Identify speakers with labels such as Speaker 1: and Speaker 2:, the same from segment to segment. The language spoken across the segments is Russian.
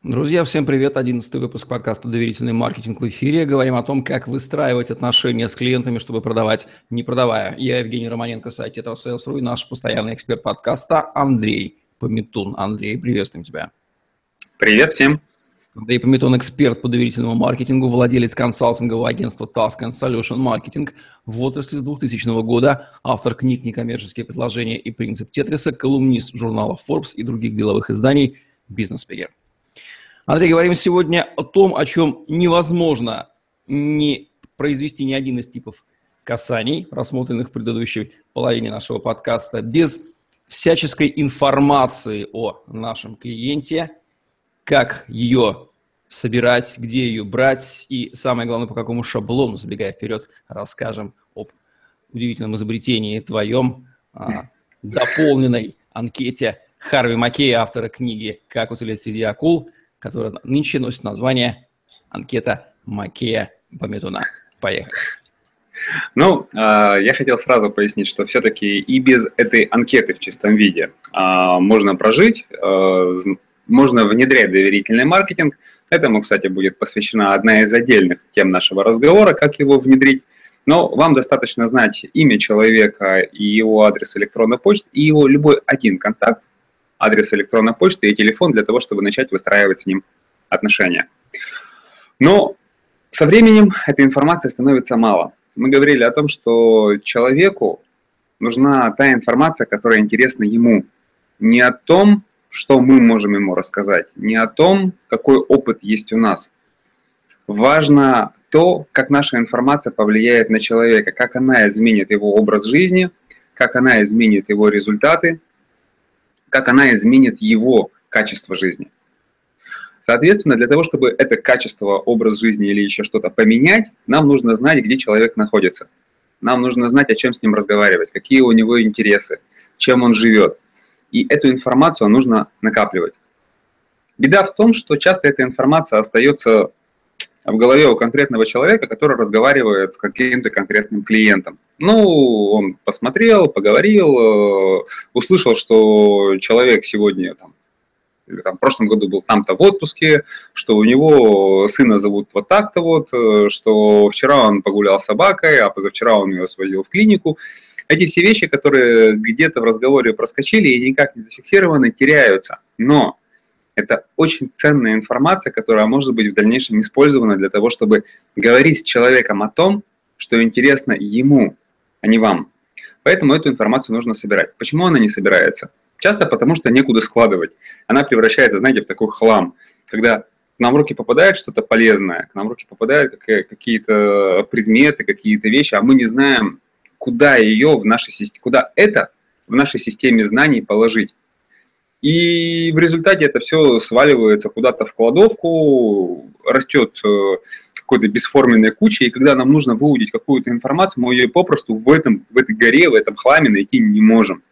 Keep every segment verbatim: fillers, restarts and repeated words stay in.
Speaker 1: Друзья, всем привет! Одиннадцатый выпуск подкаста «Доверительный маркетинг» в эфире. Говорим о том, как выстраивать отношения с клиентами, чтобы продавать, не продавая. Я Евгений Романенко, сайт Tetrasales точка ру, и наш постоянный эксперт подкаста Андрей Пометун. Андрей, приветствуем тебя.
Speaker 2: Привет всем!
Speaker 1: Андрей Пометун, эксперт по доверительному маркетингу, владелец консалтингового агентства Task and Solution Marketing в отрасли с двухтысячного года, автор книг «Некоммерческие предложения» и «Принцип Тетриса», колумнист журнала Forbes и других деловых изданий, бизнес-спикер. Андрей, говорим сегодня о том, о чем невозможно не произвести ни один из типов касаний, рассмотренных в предыдущей половине нашего подкаста, без всяческой информации о нашем клиенте, как ее собирать, где ее брать и, самое главное, по какому шаблону, забегая вперед, расскажем об удивительном изобретении твоем, а, дополненной анкете Харви Маккея, автора книги «Как уцелеть среди акул», которая нынче носит название «Анкета Маккея Пометуна». Поехали.
Speaker 2: Ну, я хотел сразу пояснить, что все-таки и без этой анкеты в чистом виде можно прожить, можно внедрять доверительный маркетинг. Этому, кстати, будет посвящена одна из отдельных тем нашего разговора, как его внедрить. Но вам достаточно знать имя человека и его адрес электронной почты, и его любой один контакт, адрес электронной почты и телефон для того, чтобы начать выстраивать с ним отношения. Но со временем этой информации становится мало. Мы говорили о том, что человеку нужна та информация, которая интересна ему. Не о том, что мы можем ему рассказать, не о том, какой опыт есть у нас. Важно то, как наша информация повлияет на человека, как она изменит его образ жизни, как она изменит его результаты, как она изменит его качество жизни. Соответственно, для того, чтобы это качество, образ жизни или еще что-то поменять, нам нужно знать, где человек находится. Нам нужно знать, о чем с ним разговаривать, какие у него интересы, чем он живет. И эту информацию нужно накапливать. Беда в том, что часто эта информация остается в голове у конкретного человека, который разговаривает с каким-то конкретным клиентом. Ну, он посмотрел, поговорил, услышал, что человек сегодня, там, или там, в прошлом году был там-то в отпуске, что у него сына зовут вот так-то вот, что вчера он погулял с собакой, а позавчера он ее свозил в клинику. Эти все вещи, которые где-то в разговоре проскочили и никак не зафиксированы, теряются. Но это очень ценная информация, которая может быть в дальнейшем использована для того, чтобы говорить с человеком о том, что интересно ему, а не вам. Поэтому эту информацию нужно собирать. Почему она не собирается? Часто потому, что некуда складывать. Она превращается, знаете, в такой хлам. Когда к нам в руки попадает что-то полезное, к нам в руки попадают какие-то предметы, какие-то вещи, а мы не знаем, куда ее в нашей системе, куда это в нашей системе знаний положить. И в результате это все сваливается куда-то в кладовку, растет какой-то бесформенной кучей, и когда нам нужно выудить какую-то информацию, мы ее попросту в, этом, в этой горе, в этом хламе найти не можем.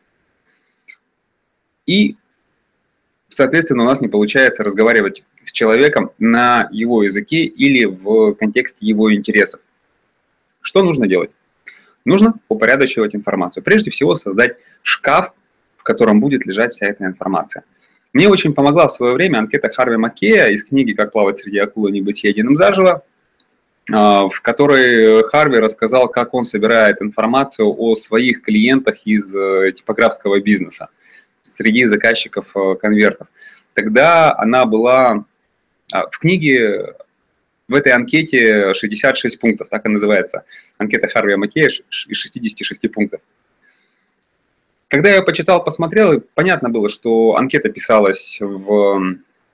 Speaker 2: И, соответственно, у нас не получается разговаривать с человеком на его языке или в контексте его интересов. Что нужно делать? Нужно упорядочивать информацию. Прежде всего, создать шкаф, в котором будет лежать вся эта информация. Мне очень помогла в свое время анкета Харви Маккея из книги «Как плавать среди акул и не быть съеденным заживо», в которой Харви рассказал, как он собирает информацию о своих клиентах из типографского бизнеса среди заказчиков конвертов. Тогда она была в книге, в этой анкете шестьдесят шесть пунктов, так и называется, анкета Харви Маккея из шестидесяти шести пунктов. Когда я почитал, посмотрел, понятно было, что анкета писалась в,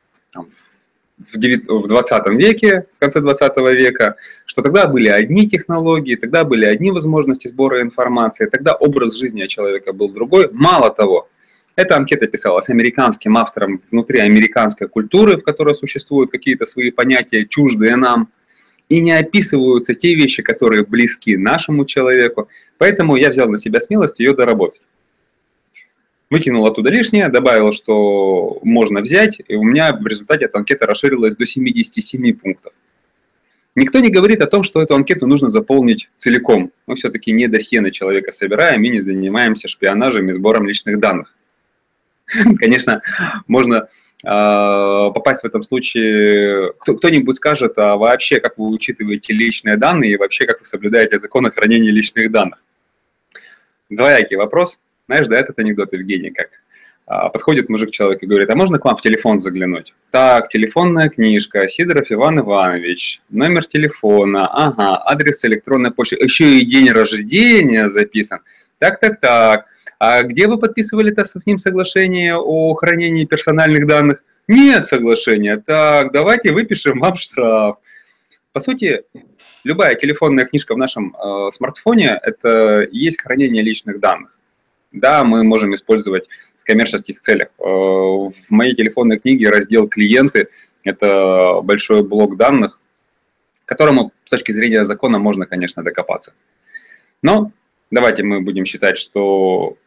Speaker 2: в двадцатом веке, в конце двадцатого века, что тогда были одни технологии, тогда были одни возможности сбора информации, тогда образ жизни человека был другой. Мало того, эта анкета писалась американским автором внутри американской культуры, в которой существуют какие-то свои понятия, чуждые нам, и не описываются те вещи, которые близки нашему человеку. Поэтому я взял на себя смелость ее доработать. Выкинул оттуда лишнее, добавил, что можно взять, и у меня в результате эта анкета расширилась до семидесяти семи пунктов. Никто не говорит о том, что эту анкету нужно заполнить целиком. Мы все-таки не досье на человека собираем и не занимаемся шпионажем и сбором личных данных. Конечно, можно попасть в этом случае, кто-нибудь скажет, а вообще, как вы учитываете личные данные и вообще, как вы соблюдаете закон о хранении личных данных? Двоякий вопрос. Знаешь, да, этот анекдот, Евгений, как подходит мужик человек и говорит, а можно к вам в телефон заглянуть? Так, телефонная книжка, Сидоров Иван Иванович, номер телефона, ага, адрес электронной почты, еще и день рождения записан. Так, так, так. А где вы подписывали-то с ним соглашение о хранении персональных данных? Нет соглашения. Так, давайте выпишем вам штраф. По сути, любая телефонная книжка в нашем э, смартфоне – это и есть хранение личных данных. Да, мы можем использовать в коммерческих целях. Э, в моей телефонной книге раздел «Клиенты» – это большой блок данных, к которому с точки зрения закона можно, конечно, докопаться. Но давайте мы будем считать, что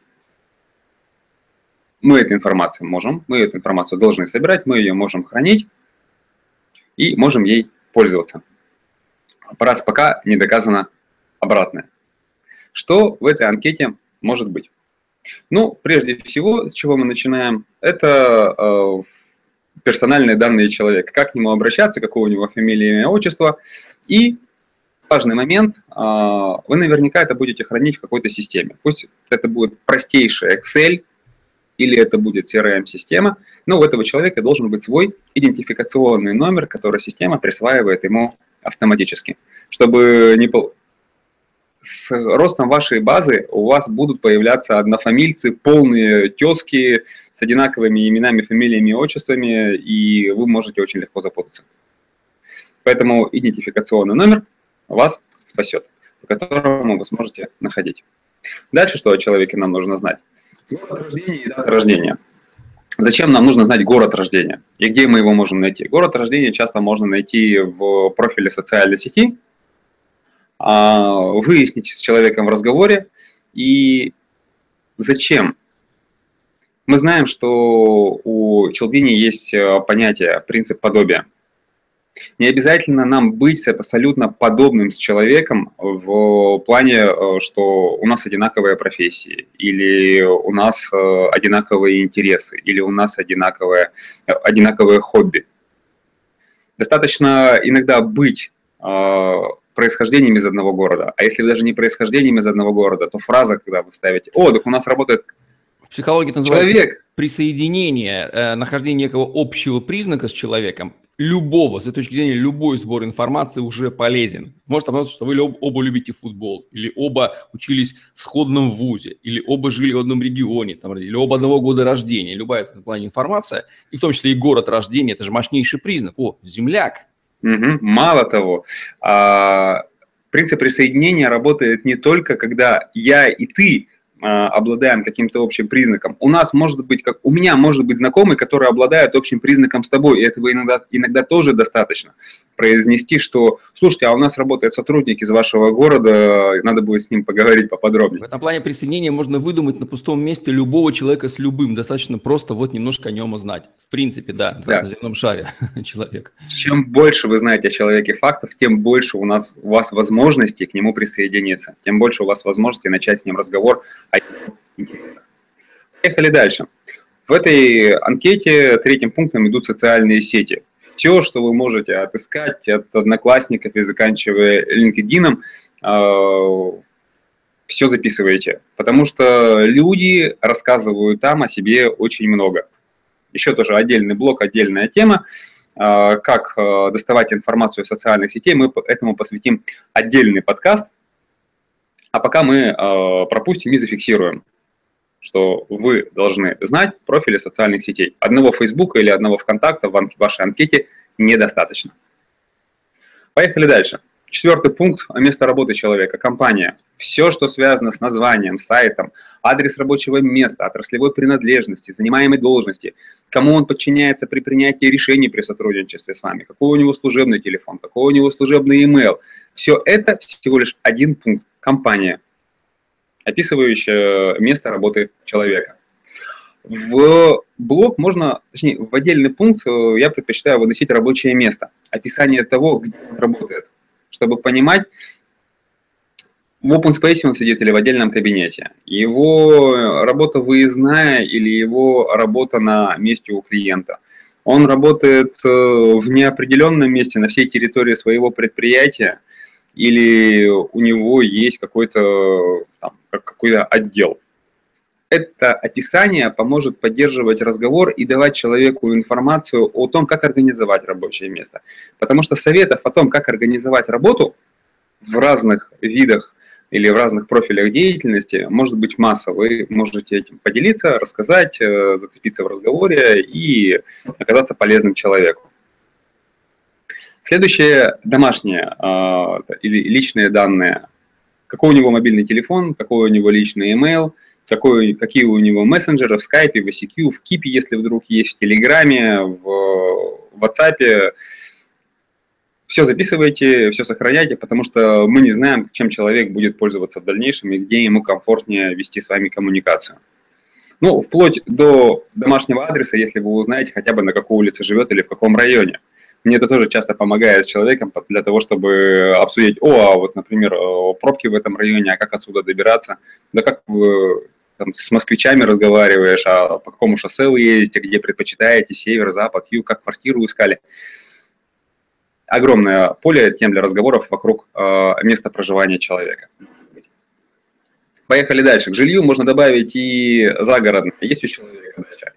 Speaker 2: мы эту информацию можем, мы эту информацию должны собирать, мы ее можем хранить и можем ей пользоваться. Раз пока не доказано обратное. Что в этой анкете может быть? Ну, прежде всего, с чего мы начинаем, это э, персональные данные человека. Как к нему обращаться, какое у него фамилия, имя, отчество. И важный момент, э, вы наверняка это будете хранить в какой-то системе. Пусть это будет простейшая Excel, или это будет си ар эм-система, но у этого человека должен быть свой идентификационный номер, который система присваивает ему автоматически. Чтобы не по... с ростом вашей базы у вас будут появляться однофамильцы, полные тезки с одинаковыми именами, фамилиями и отчествами, и вы можете очень легко запутаться. Поэтому идентификационный номер вас спасет, по которому вы сможете находить. Дальше, что о человеке нам нужно знать? Город рождения и дата рождения. Зачем нам нужно знать город рождения? И где мы его можем найти? Город рождения часто можно найти в профиле социальной сети, выяснить с человеком в разговоре. И зачем? Мы знаем, что у Cialdini есть понятие принцип подобия. Не обязательно нам быть абсолютно подобным с человеком в плане, что у нас одинаковые профессии, или у нас одинаковые интересы, или у нас одинаковые, одинаковые хобби. Достаточно иногда быть происхождением из одного города. А если вы даже не происхождением из одного города, то фраза, когда вы ставите «О, так у нас работает
Speaker 1: в психологии это называется
Speaker 2: человек».
Speaker 1: Присоединение, э, нахождение некого общего признака с человеком, любого, с этой точки зрения, любой сбор информации уже полезен. Может оказаться, что вы оба любите футбол, или оба учились в сходном вузе, или оба жили в одном регионе, там, или оба одного года рождения. Любая в этом плане информация, и в том числе и город рождения, это же мощнейший признак. О, земляк.
Speaker 2: Угу. Мало того, а, принцип присоединения работает не только, когда я и ты обладаем каким-то общим признаком. У нас может быть, как у меня может быть знакомый, который обладает общим признаком с тобой, и этого иногда, иногда тоже достаточно. Произнести, что, слушайте, а у нас работает сотрудник из вашего города, надо будет с ним поговорить поподробнее.
Speaker 1: В этом плане присоединения можно выдумать на пустом месте любого человека с любым, достаточно просто вот немножко о нем узнать. В принципе, да, да. На земном шаре человек.
Speaker 2: Чем больше вы знаете о человеке фактов, тем больше у нас у вас возможностей к нему присоединиться, тем больше у вас возможностей начать с ним разговор. Поехали дальше. В этой анкете третьим пунктом идут социальные сети. Все, что вы можете отыскать от одноклассников и заканчивая LinkedIn, все записываете. Потому что люди рассказывают там о себе очень много. Еще тоже отдельный блок, отдельная тема. Как доставать информацию из социальных сетей, мы этому посвятим отдельный подкаст. А пока мы пропустим и зафиксируем, что вы должны знать профили социальных сетей. Одного Фейсбука или одного ВКонтакта в вашей анкете недостаточно. Поехали дальше. Четвертый пункт – место работы человека, компания. Все, что связано с названием, сайтом, адрес рабочего места, отраслевой принадлежности, занимаемой должности, кому он подчиняется при принятии решений при сотрудничестве с вами, какой у него служебный телефон, какой у него служебный имейл. Все это всего лишь один пункт – компания, описывающая место работы человека. В блок можно, точнее, в отдельный пункт я предпочитаю выносить рабочее место, описание того, где он работает, чтобы понимать, в open space он сидит или в отдельном кабинете, его работа выездная или его работа на месте у клиента, Он работает в неопределенном месте на всей территории своего предприятия, или у него есть какой-то какой-то отдел. Это описание поможет поддерживать разговор и давать человеку информацию о том, как организовать рабочее место. Потому что советов о том, как организовать работу в разных видах или в разных профилях деятельности может быть масса. Вы можете этим поделиться, рассказать, зацепиться в разговоре и оказаться полезным человеку. Следующее – домашние э, или личные данные. Какой у него мобильный телефон, какой у него личный email, какой, какие у него мессенджеры в скайпе, в ай си кью, в кипе, если вдруг есть, в телеграме, в ватсапе. Все записывайте, все сохраняйте, потому что мы не знаем, чем человек будет пользоваться в дальнейшем и где ему комфортнее вести с вами коммуникацию. Ну, вплоть до домашнего адреса, если вы узнаете хотя бы на какой улице живет или в каком районе. Мне это тоже часто помогает с человеком для того, чтобы обсудить, о, а вот, например, пробки в этом районе, а как отсюда добираться, да как там, с москвичами разговариваешь, а по какому шоссе вы ездите, где предпочитаете, север, запад, юг, как квартиру искали. Огромное поле тем для разговоров вокруг э, места проживания человека. Поехали дальше. К жилью можно добавить и загородное. Есть у человека дача?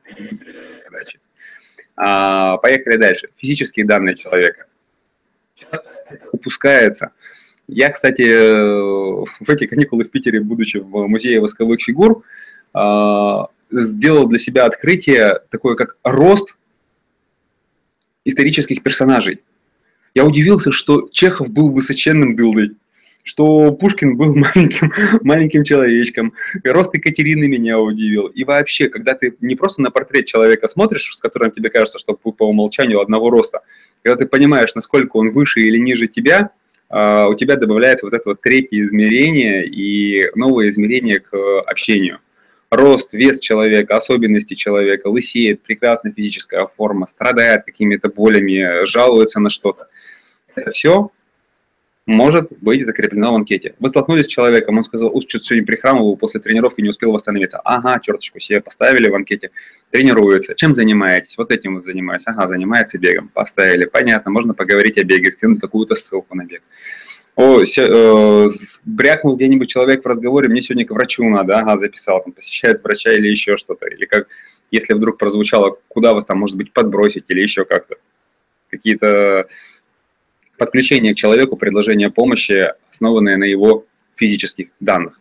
Speaker 2: А, поехали дальше. Физические данные человека. Упускается. Я, кстати, в эти каникулы в Питере, будучи в музее восковых фигур, э, сделал для себя открытие такое, как рост исторических персонажей. Я удивился, что Чехов был высоченным дылдой, что Пушкин был маленьким, маленьким человечком. Рост Екатерины меня удивил. И вообще, когда ты не просто на портрет человека смотришь, с которым тебе кажется, что по умолчанию одного роста, когда ты понимаешь, насколько он выше или ниже тебя, у тебя добавляется вот это вот третье измерение и новое измерение к общению. Рост, вес человека, особенности человека, лысеет, прекрасная физическая форма, страдает какими-то болями, жалуется на что-то. Это все может быть закреплено в анкете. Вы столкнулись с человеком, он сказал, что-то сегодня прихрамывал, после тренировки не успел восстановиться. Ага, черточку себе поставили в анкете, тренируется. Чем занимаетесь? Вот этим вот занимаюсь. Ага, занимается бегом. Поставили. Понятно, можно поговорить о беге, скинуть какую-то ссылку на бег. О, э, брякнул где-нибудь человек в разговоре, мне сегодня к врачу надо, ага, записал, там, посещает врача или еще что-то. Или как, если вдруг прозвучало, куда вас там, может быть, подбросить или еще как-то. Какие-то подключения к человеку, предложения помощи, основанные на его физических данных.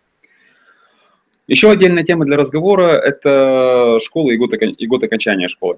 Speaker 2: Еще отдельная тема для разговора – это школа и год, и год окончания школы.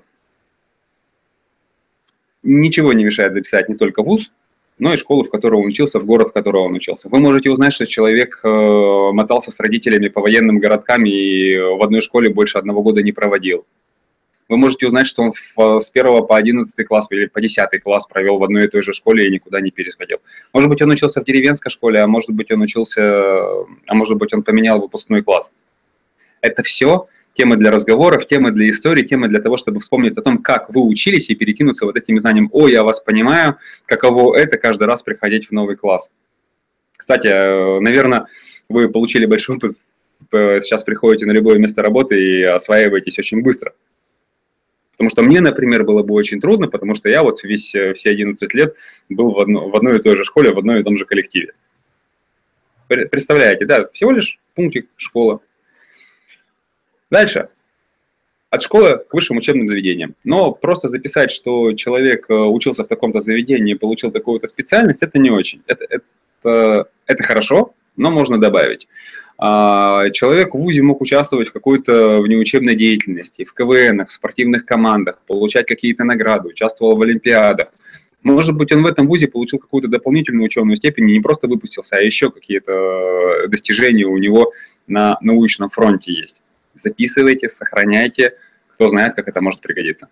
Speaker 2: Ничего не мешает записать не только вуз, но и школу, в которой он учился, в город, в котором он учился. Вы можете узнать, что человек э, мотался с родителями по военным городкам и в одной школе больше одного года не проводил. Вы можете узнать, что он в, с первого по одиннадцатый класс или по десятый класс провел в одной и той же школе и никуда не пересходил. Может быть, он учился в деревенской школе, а может быть, он учился, а может быть, он поменял выпускной класс. Это все темы для разговоров, темы для истории, темы для того, чтобы вспомнить о том, как вы учились и перекинуться вот этим знанием. О, я вас понимаю, каково это каждый раз приходить в новый класс. Кстати, наверное, вы получили большой опыт, сейчас приходите на любое место работы и осваиваетесь очень быстро. Потому что мне, например, было бы очень трудно, потому что я вот весь, все одиннадцать лет был в, одно, в одной и той же школе, в одной и том же коллективе. Представляете, да, всего лишь пунктик школа. Дальше. От школы к высшим учебным заведениям. Но просто записать, что человек учился в таком-то заведении и получил такую-то специальность, это не очень. Это, это, это хорошо, но можно добавить. Человек в вузе мог участвовать в какой-то внеучебной деятельности, в ка вэ энах, в спортивных командах, получать какие-то награды, участвовал в олимпиадах. Может быть, он в этом вузе получил какую-то дополнительную ученую степень и не просто выпустился, а еще какие-то достижения у него на научном фронте есть. Записывайте, сохраняйте, кто знает, как это может пригодиться.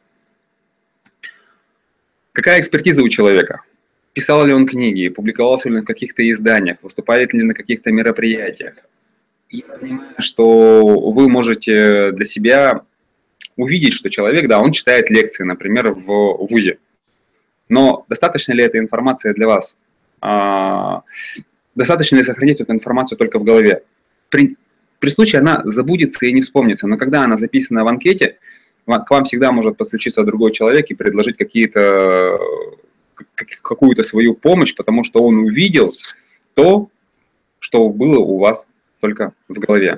Speaker 2: Какая экспертиза у человека? Писал ли он книги, публиковался ли он в каких-то изданиях, выступает ли на каких-то мероприятиях? Я понимаю, что вы можете для себя увидеть, что человек, да, он читает лекции, например, в вузе. Но достаточно ли эта информация для вас? Достаточно ли сохранить эту информацию только в голове? При, при случае она забудется и не вспомнится, но когда она записана в анкете, к вам всегда может подключиться другой человек и предложить какие-то, какую-то свою помощь, потому что он увидел то, что было у вас только в голове.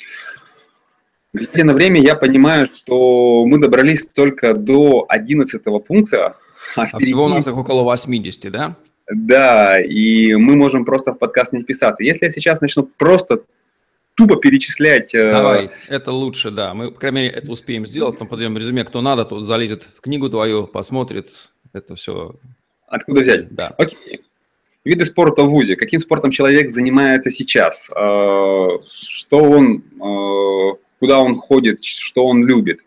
Speaker 2: Глядя на время, я понимаю, что мы добрались только до одиннадцатого пункта.
Speaker 1: А, а всего у нас их около восьмидесяти, да?
Speaker 2: Да, и мы можем просто в подкаст не вписаться. Если я сейчас начну просто тупо перечислять...
Speaker 1: Давай, это лучше, да. Мы, по крайней мере, это успеем сделать, потом подъем резюме. Кто надо, тот залезет в книгу твою, посмотрит. Это все...
Speaker 2: Откуда взять?
Speaker 1: Да.
Speaker 2: Окей. Виды спорта в ВУЗе. Каким спортом человек занимается сейчас? Что он... Куда он ходит? Что он любит?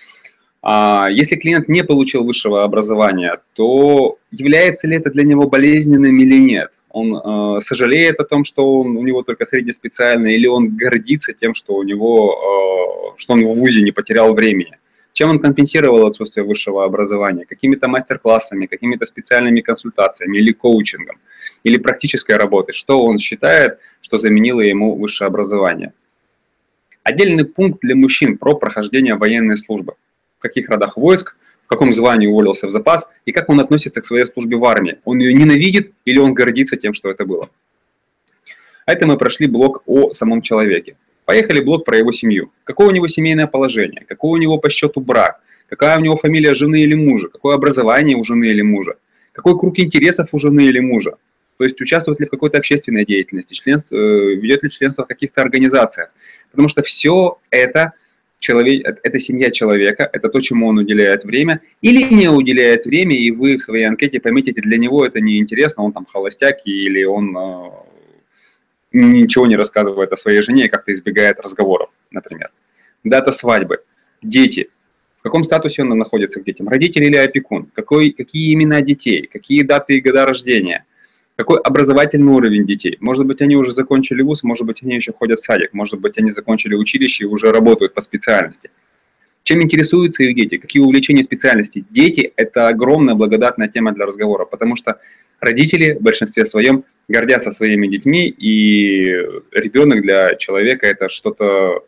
Speaker 2: Если клиент не получил высшего образования, то является ли это для него болезненным или нет? Он э, сожалеет о том, что он, у него только среднеспециальное, или он гордится тем, что, у него, э, что он в ВУЗе не потерял времени? Чем он компенсировал отсутствие высшего образования? Какими-то мастер-классами, какими-то специальными консультациями или коучингом, или практической работой? Что он считает, что заменило ему высшее образование? Отдельный пункт для мужчин про прохождение военной службы. В каких родах войск, в каком звании уволился в запас и как он относится к своей службе в армии. Он ее ненавидит или он гордится тем, что это было. А это мы прошли блок о самом человеке. Поехали блок про его семью. Какое у него семейное положение, какой у него по счету брак, какая у него фамилия жены или мужа, какое образование у жены или мужа, какой круг интересов у жены или мужа. То есть участвует ли в какой-то общественной деятельности, членство, ведет ли членство в каких-то организациях. Потому что все это... Человек, это семья человека, это то, чему он уделяет время или не уделяет время, и вы в своей анкете пометите, для него это неинтересно, он там холостяк или он э, ничего не рассказывает о своей жене и как-то избегает разговоров, например. Дата свадьбы, дети, в каком статусе он находится к детям, родитель или опекун, какой, какие имена детей, какие даты и года рождения, какой образовательный уровень детей. Может быть, они уже закончили вуз, может быть, они еще ходят в садик, может быть, они закончили училище и уже работают по специальности. Чем интересуются их дети, какие увлечения специальности. Дети – это огромная благодатная тема для разговора, потому что родители в большинстве своем гордятся своими детьми, и ребенок для человека – это что-то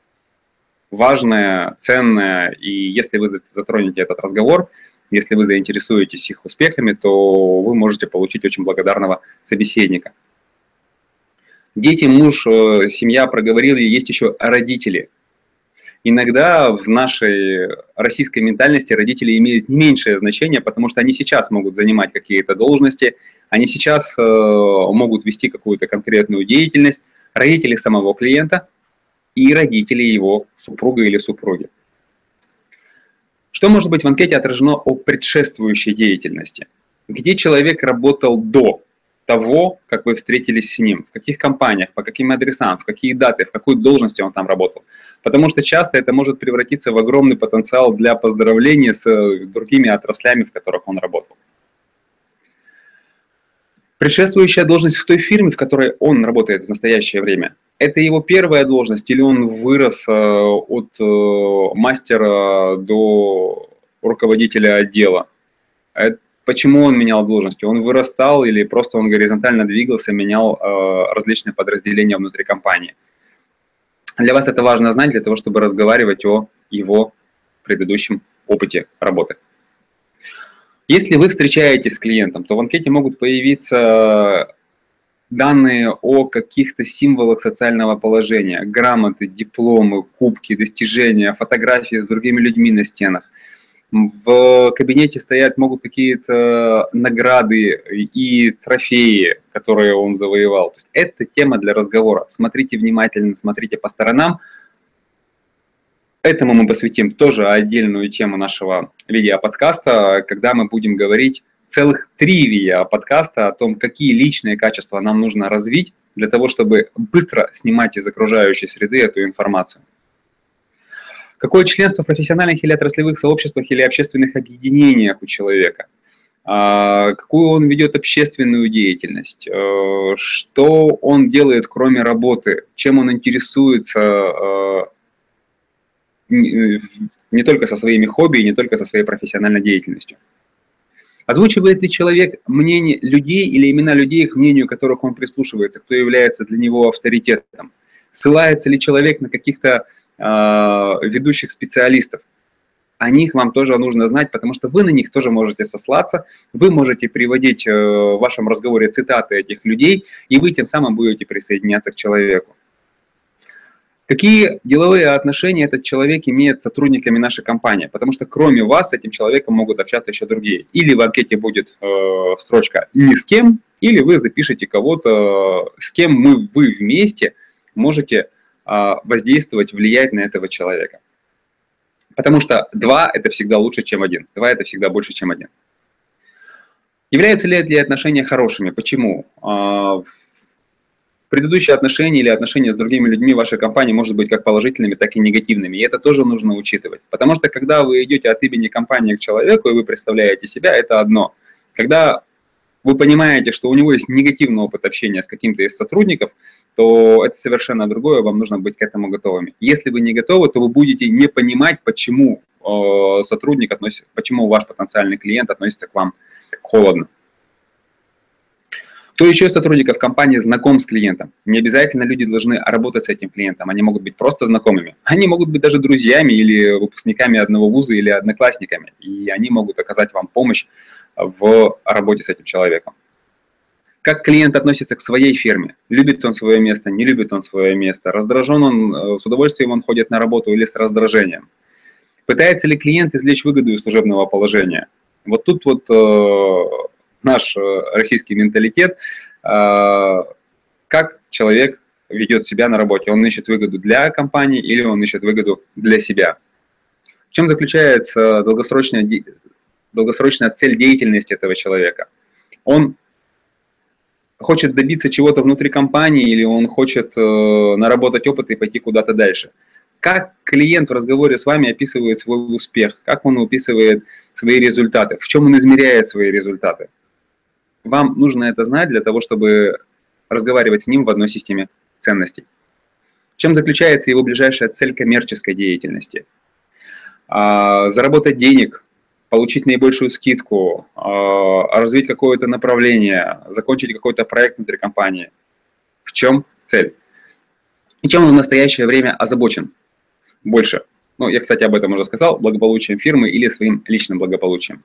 Speaker 2: важное, ценное, и если вы затронете этот разговор, если вы заинтересуетесь их успехами, то вы можете получить очень благодарного собеседника. Дети, муж, семья проговорили, есть еще родители. Иногда в нашей российской ментальности родители имеют не меньшее значение, потому что они сейчас могут занимать какие-то должности, они сейчас могут вести какую-то конкретную деятельность, родители самого клиента и родители его супруга или супруги. Что может быть в анкете отражено о предшествующей деятельности? Где человек работал до того, как вы встретились с ним? В каких компаниях, по каким адресам, в какие даты, в какой должности он там работал? Потому что часто это может превратиться в огромный потенциал для поздравления с другими отраслями, в которых он работал. Предшествующая должность в той фирме, в которой он работает в настоящее время, это его первая должность или он вырос от мастера до руководителя отдела? Почему он менял должности? Он вырастал или просто он горизонтально двигался, менял различные подразделения внутри компании? Для вас это важно знать, для того, чтобы разговаривать о его предыдущем опыте работы. Если вы встречаетесь с клиентом, то в анкете могут появиться данные о каких-то символах социального положения, грамоты, дипломы, кубки, достижения, фотографии с другими людьми на стенах. В кабинете стоят могут какие-то награды и трофеи, которые он завоевал. То есть это тема для разговора. Смотрите внимательно, смотрите по сторонам. Этому мы посвятим тоже отдельную тему нашего видеоподкаста, когда мы будем говорить целых три видеоподкаста о том, какие личные качества нам нужно развить для того, чтобы быстро снимать из окружающей среды эту информацию. Какое членство в профессиональных или отраслевых сообществах или общественных объединениях у человека? Какую он ведет общественную деятельность? Что он делает, кроме работы? Чем он интересуется не только со своими хобби, не только со своей профессиональной деятельностью? Озвучивает ли человек мнение людей или имена людей, к мнению которых он прислушивается, кто является для него авторитетом? Ссылается ли человек на каких-то э, ведущих специалистов? о них вам тоже нужно знать, потому что вы на них тоже можете сослаться, вы можете приводить в вашем разговоре цитаты этих людей, и вы тем самым будете присоединяться к человеку. Какие деловые отношения этот человек имеет с сотрудниками нашей компании? Потому что кроме вас с этим человеком могут общаться еще другие. Или в анкете будет э, строчка «ни с кем», или вы запишите кого-то, с кем мы, вы вместе можете э, воздействовать, влиять на этого человека. Потому что два – это всегда лучше, чем один. Два – это всегда больше, чем один. Являются ли эти отношения хорошими? Почему? Предыдущие отношения или отношения с другими людьми в вашей компании может быть как положительными, так и негативными. И это тоже нужно учитывать. Потому что когда вы идете от имени компании к человеку, и вы представляете себя, это одно. Когда вы понимаете, что у него есть негативный опыт общения с каким-то из сотрудников, то это совершенно другое, вам нужно быть к этому готовыми. Если вы не готовы, то вы будете не понимать, почему э, сотрудник относится, почему ваш потенциальный клиент относится к вам холодно. Кто еще из сотрудников компании знаком с клиентом? Не обязательно люди должны работать с этим клиентом, они могут быть просто знакомыми. Они могут быть даже друзьями или выпускниками одного вуза или одноклассниками, и они могут оказать вам помощь в работе с этим человеком. Как клиент относится к своей фирме? Любит он свое место, не любит он свое место? Раздражен он, с удовольствием он ходит на работу или с раздражением? Пытается ли клиент извлечь выгоду из служебного положения? Вот тут вот э, наш российский менталитет, э, как человек ведет себя на работе. Он ищет выгоду для компании или он ищет выгоду для себя. В чем заключается долгосрочная, долгосрочная цель деятельности этого человека? Он хочет добиться чего-то внутри компании или он хочет э, наработать опыт и пойти куда-то дальше. Как клиент в разговоре с вами описывает свой успех, как он описывает свои результаты, в чем он измеряет свои результаты. Вам нужно это знать для того, чтобы разговаривать с ним в одной системе ценностей. В чем заключается его ближайшая цель коммерческой деятельности? А, заработать денег, получить наибольшую скидку, развить какое-то направление, закончить какой-то проект внутри компании. В чем цель? И чем он в настоящее время озабочен больше? Ну, я, кстати, об этом уже сказал, благополучием фирмы или своим личным благополучием.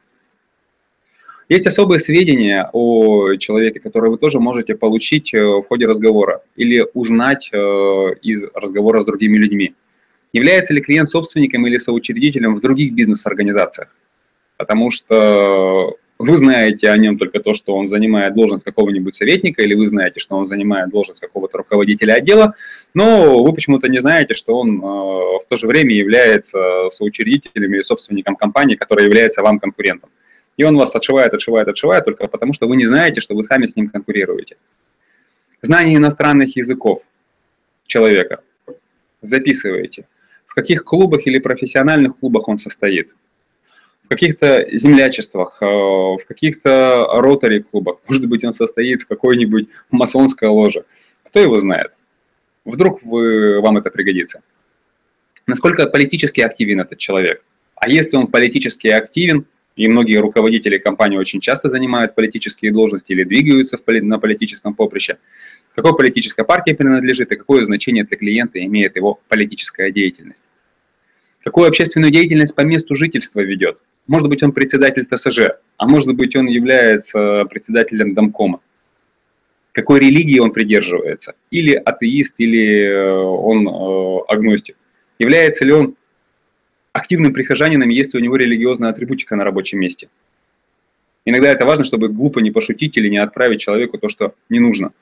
Speaker 2: Есть особые сведения о человеке, которые вы тоже можете получить в ходе разговора или узнать из разговора с другими людьми. Является ли клиент собственником или соучредителем в других бизнес-организациях? Потому что вы знаете о нем только то, что он занимает должность какого-нибудь советника, или вы знаете, что он занимает должность какого-то руководителя отдела, но вы почему-то не знаете, что он э, в то же время является соучредителем или собственником компании, которая является вам конкурентом. И он вас отшивает, отшивает, отшивает только потому, что вы не знаете, что вы сами с ним конкурируете. Знание иностранных языков человека записываете. В каких клубах или профессиональных клубах он состоит. В каких-то землячествах, в каких-то ротари-клубах. Может быть, он состоит в какой-нибудь масонской ложе. Кто его знает? Вдруг вы, вам это пригодится. Насколько политически активен этот человек? А если он политически активен, и многие руководители компании очень часто занимают политические должности или двигаются в поли- на политическом поприще, к какой политической партии принадлежит и какое значение для клиента имеет его политическая деятельность? Какую общественную деятельность по месту жительства ведет? Может быть, он председатель Тэ Эс Жэ, а может быть, он является председателем домкома. Какой религии он придерживается? Или атеист, или он агностик. Является ли он активным прихожанином, есть ли у него религиозная атрибутика на рабочем месте? Иногда это важно, чтобы глупо не пошутить или не отправить человеку то, что не нужно.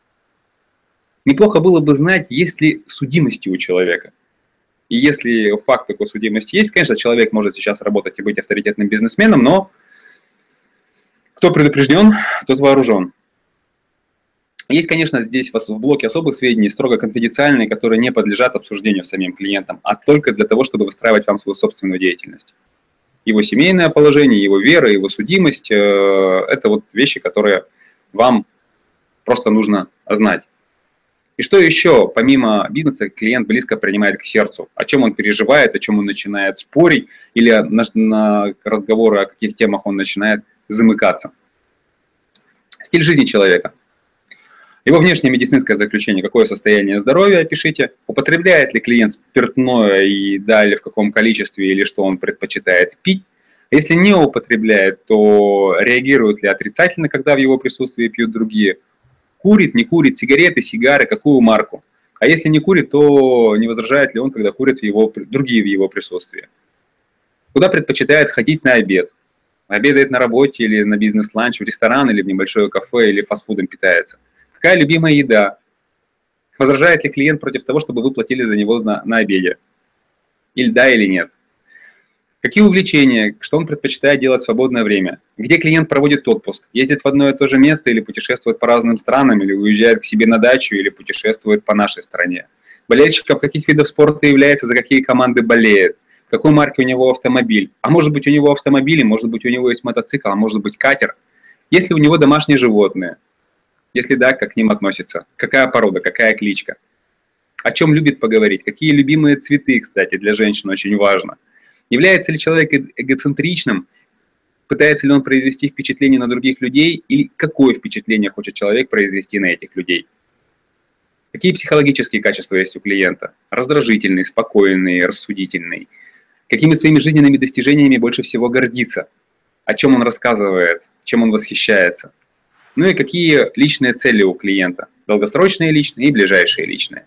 Speaker 2: Неплохо было бы знать, есть ли судимости у человека. И если факт такой судимости есть, конечно, человек может сейчас работать и быть авторитетным бизнесменом, но кто предупрежден, тот вооружен. Есть, конечно, здесь в блоке особых сведений строго конфиденциальные, которые не подлежат обсуждению самим клиентам, а только для того, чтобы выстраивать вам свою собственную деятельность. Его семейное положение, его вера, его судимость – это вот вещи, которые вам просто нужно знать. И что еще, помимо бизнеса, клиент близко принимает к сердцу? О чем он переживает, о чем он начинает спорить, или на, на разговоры, о каких темах он начинает замыкаться. Стиль жизни человека. Его внешнее медицинское заключение, какое состояние здоровья, пишите. Употребляет ли клиент спиртное и далее в каком количестве или что он предпочитает пить. Если не употребляет, то реагирует ли отрицательно, когда в его присутствии пьют другие. Курит, не курит, сигареты, сигары, какую марку. А если не курит, то не возражает ли он, когда курят в его, другие в его присутствии. Куда предпочитает ходить на обед. Обедает на работе или на бизнес-ланч, в ресторан или в небольшое кафе или фастфудом питается. Какая любимая еда? Возражает ли клиент против того, чтобы вы платили за него на, на обеде? Или да, или нет? Какие увлечения? Что он предпочитает делать в свободное время? Где клиент проводит отпуск? Ездит в одно и то же место или путешествует по разным странам, или уезжает к себе на дачу, или путешествует по нашей стране? Болельщиком каких видов спорта является, за какие команды болеет? Какой марки у него автомобиль? А может быть у него автомобиль, может быть у него есть мотоцикл, а может быть катер? Есть ли у него домашние животные? Если да, как к ним относится? Какая порода, какая кличка? О чем любит поговорить? Какие любимые цветы, кстати, для женщин очень важно. Является ли человек эгоцентричным? Пытается ли он произвести впечатление на других людей? Или какое впечатление хочет человек произвести на этих людей? Какие психологические качества есть у клиента? Раздражительный, спокойный, рассудительный. Какими своими жизненными достижениями больше всего гордится? О чем он рассказывает? Чем он восхищается? Ну и какие личные цели у клиента? Долгосрочные личные и ближайшие личные.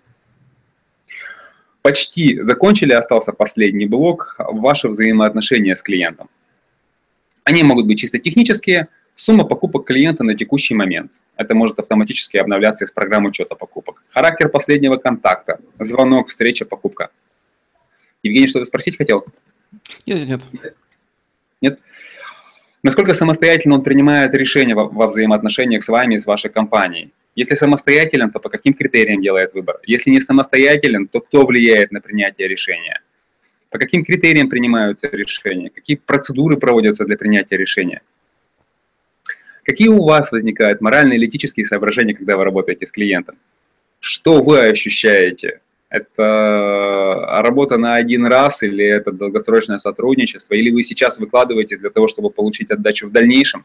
Speaker 2: Почти закончили, остался последний блок. Ваши взаимоотношения с клиентом. Они могут быть чисто технические. Сумма покупок клиента на текущий момент. Это может автоматически обновляться из программы учета покупок. Характер последнего контакта. Звонок, встреча, покупка. Евгений, что-то спросить хотел?
Speaker 1: Нет, нет.
Speaker 2: Нет? Насколько самостоятельно он принимает решения во, во взаимоотношениях с вами и с вашей компанией? Если самостоятелен, то по каким критериям делает выбор? Если не самостоятелен, то кто влияет на принятие решения? По каким критериям принимаются решения? Какие процедуры проводятся для принятия решения? Какие у вас возникают моральные или этические соображения, когда вы работаете с клиентом? Что вы ощущаете? Это работа на один раз или это долгосрочное сотрудничество? Или вы сейчас выкладываетесь для того, чтобы получить отдачу в дальнейшем?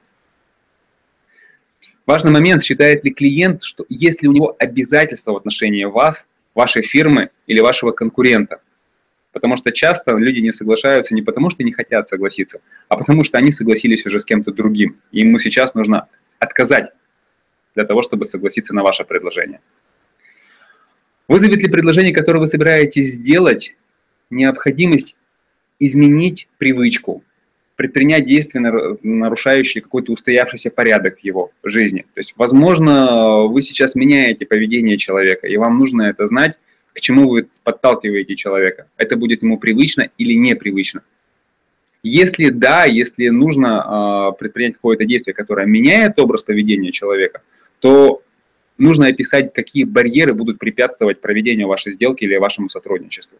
Speaker 2: Важный момент, считает ли клиент, что есть ли у него обязательства в отношении вас, вашей фирмы или вашего конкурента. Потому что часто люди не соглашаются не потому, что не хотят согласиться, а потому что они согласились уже с кем-то другим. И ему сейчас нужно отказать для того, чтобы согласиться на ваше предложение. Вызовет ли предложение, которое вы собираетесь сделать, необходимость изменить привычку, предпринять действия, нарушающие какой-то устоявшийся порядок в его жизни? То есть, возможно, вы сейчас меняете поведение человека, и вам нужно это знать, к чему вы подталкиваете человека. Это будет ему привычно или непривычно. Если да, если нужно э, предпринять какое-то действие, которое меняет образ поведения человека, то нужно описать, какие барьеры будут препятствовать проведению вашей сделки или вашему сотрудничеству.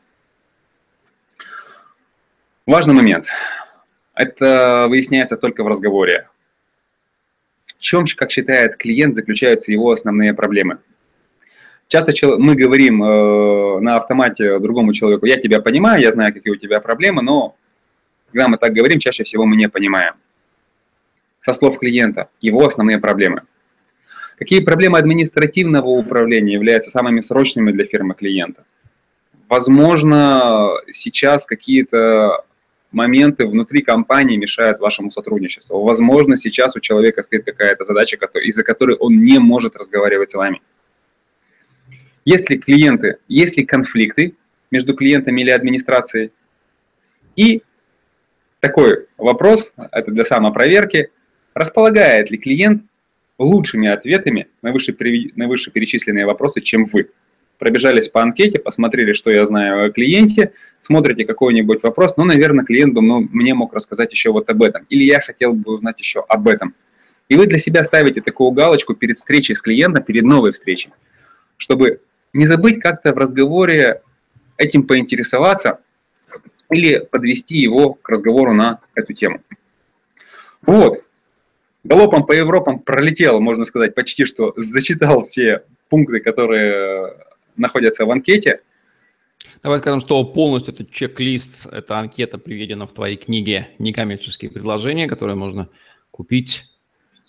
Speaker 2: Важный момент. Это выясняется только в разговоре. В чем, как считает клиент, заключаются его основные проблемы? Часто мы говорим э, на автомате другому человеку: я тебя понимаю, я знаю, какие у тебя проблемы, но когда мы так говорим, чаще всего мы не понимаем. Со слов клиента, его основные проблемы. Какие проблемы административного управления являются самыми срочными для фирмы клиента? Возможно, сейчас какие-то моменты внутри компании мешают вашему сотрудничеству. Возможно, сейчас у человека стоит какая-то задача, из-за которой он не может разговаривать с вами. Есть ли клиенты, есть ли конфликты между клиентами или администрацией? И такой вопрос, это для самопроверки: располагает ли клиент лучшими ответами на вышеперечисленные вопросы, чем вы? Пробежались по анкете, посмотрели, что я знаю о клиенте, смотрите какой-нибудь вопрос, ну, наверное, клиент бы ну, мне мог рассказать еще вот об этом, или я хотел бы узнать еще об этом. И вы для себя ставите такую галочку перед встречей с клиентом, перед новой встречей, чтобы не забыть как-то в разговоре этим поинтересоваться или подвести его к разговору на эту тему. Вот. Галопом по Европам пролетел, можно сказать, почти что зачитал все пункты, которые находятся в анкете.
Speaker 1: Давай скажем, что полностью этот чек-лист, эта анкета приведена в твоей книге «Некоммерческие предложения», которые можно купить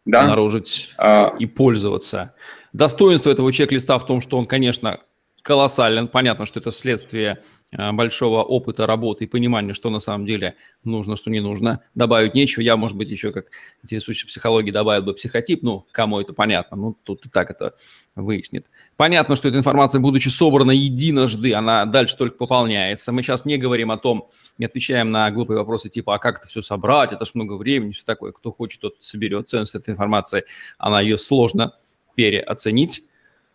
Speaker 2: да.
Speaker 1: обнаружить
Speaker 2: а...
Speaker 1: и пользоваться. Достоинство этого чек-листа в том, что он, конечно, колоссален. Понятно, что это следствие большого опыта работы и понимания, что на самом деле нужно, что не нужно. Добавить нечего. Я, может быть, еще как интересующий психологией добавил бы психотип. Ну, кому это понятно. Ну, тут и так это выяснит. Понятно, что эта информация, будучи собрана единожды, она дальше только пополняется. Мы сейчас не говорим о том, не отвечаем на глупые вопросы типа, а как это все собрать, это ж много времени, все такое. Кто хочет, тот соберет. Ценность этой информации, она ее сложно переоценить.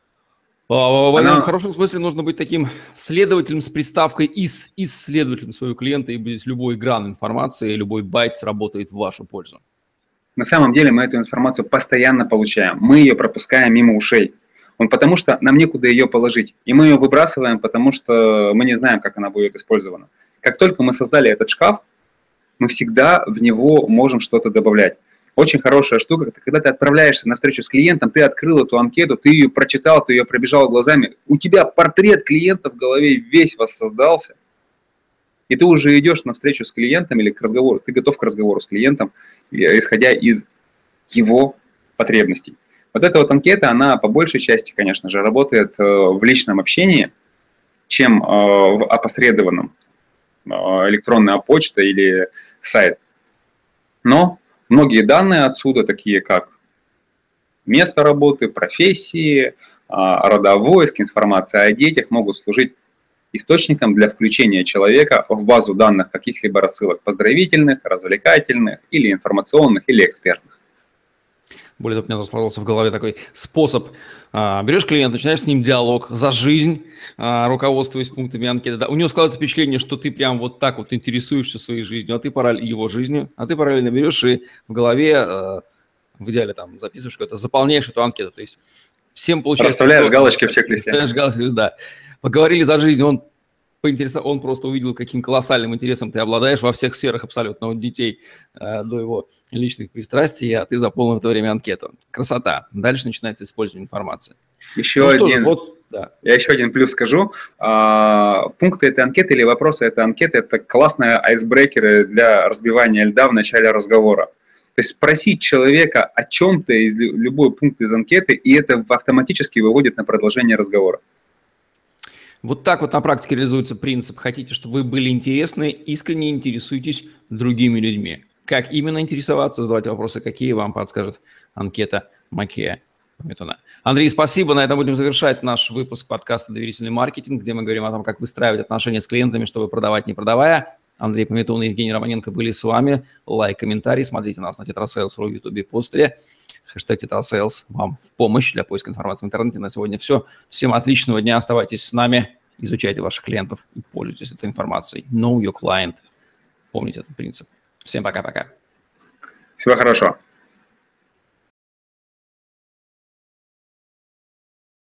Speaker 1: В Она... хорошем смысле нужно быть таким следователем с приставкой «ис», исследователем своего клиента, и здесь любой гран информации, любой байт сработает в вашу пользу.
Speaker 2: На самом деле мы эту информацию постоянно получаем, мы ее пропускаем мимо ушей, он, потому что нам некуда ее положить, и мы ее выбрасываем, потому что мы не знаем, как она будет использована. Как только мы создали этот шкаф, мы всегда в него можем что-то добавлять. Очень хорошая штука, когда ты отправляешься на встречу с клиентом, ты открыл эту анкету, ты ее прочитал, ты ее пробежал глазами, у тебя портрет клиента в голове весь воссоздался, и ты уже идешь на встречу с клиентом или к разговору, ты готов к разговору с клиентом, исходя из его потребностей. Вот эта вот анкета, она по большей части, конечно же, работает в личном общении, чем в опосредованном, электронная почта или сайт. Но многие данные отсюда, такие как место работы, профессии, родовойск, информация о детях, могут служить источником для включения человека в базу данных каких-либо рассылок поздравительных, развлекательных или информационных, или экспертных.
Speaker 1: Более того, у меня сложился в голове такой способ. Берешь клиента, начинаешь с ним диалог за жизнь, руководствуясь пунктами анкеты. Да, у него складывается впечатление, что ты прям вот так вот интересуешься своей жизнью, а ты параллельно его жизнью, а ты параллельно берешь и в голове, в идеале там записываешь что-то, заполняешь эту анкету. То есть всем получается...
Speaker 2: Расставляешь галочки в чек-листе.
Speaker 1: Расставляешь галочки, да. Поговорили за жизнь, он поинтересовался, он просто увидел, каким колоссальным интересом ты обладаешь во всех сферах абсолютно, от детей э, до его личных пристрастий, а ты заполнил в это время анкету. Красота. Дальше начинается использование информации.
Speaker 2: Еще ну, один, же, вот, да. Я еще один плюс скажу. А, пункты этой анкеты или вопросы этой анкеты – это классные айсбрейкеры для разбивания льда в начале разговора. То есть спросить человека о чем-то из любой пункт из анкеты, и это автоматически выводит на продолжение разговора.
Speaker 1: Вот так вот на практике реализуется принцип. Хотите, чтобы вы были интересны, искренне интересуйтесь другими людьми. Как именно интересоваться, задавать вопросы, какие вам подскажет анкета Макея Пометуна. Андрей, спасибо. На этом будем завершать наш выпуск подкаста «Доверительный маркетинг», где мы говорим о том, как выстраивать отношения с клиентами, чтобы продавать, не продавая. Андрей Пометун и Евгений Романенко были с вами. Лайк, комментарий. Смотрите нас на тетрасейлс точка ру, Ютубе, постере. Хэштег тетрасейлс вам в помощь для поиска информации в интернете. На сегодня все. Всем отличного дня. Оставайтесь с нами. Изучайте ваших клиентов и пользуйтесь этой информацией. Know your client. Помните этот принцип. Всем пока-пока.
Speaker 2: Всего хорошего.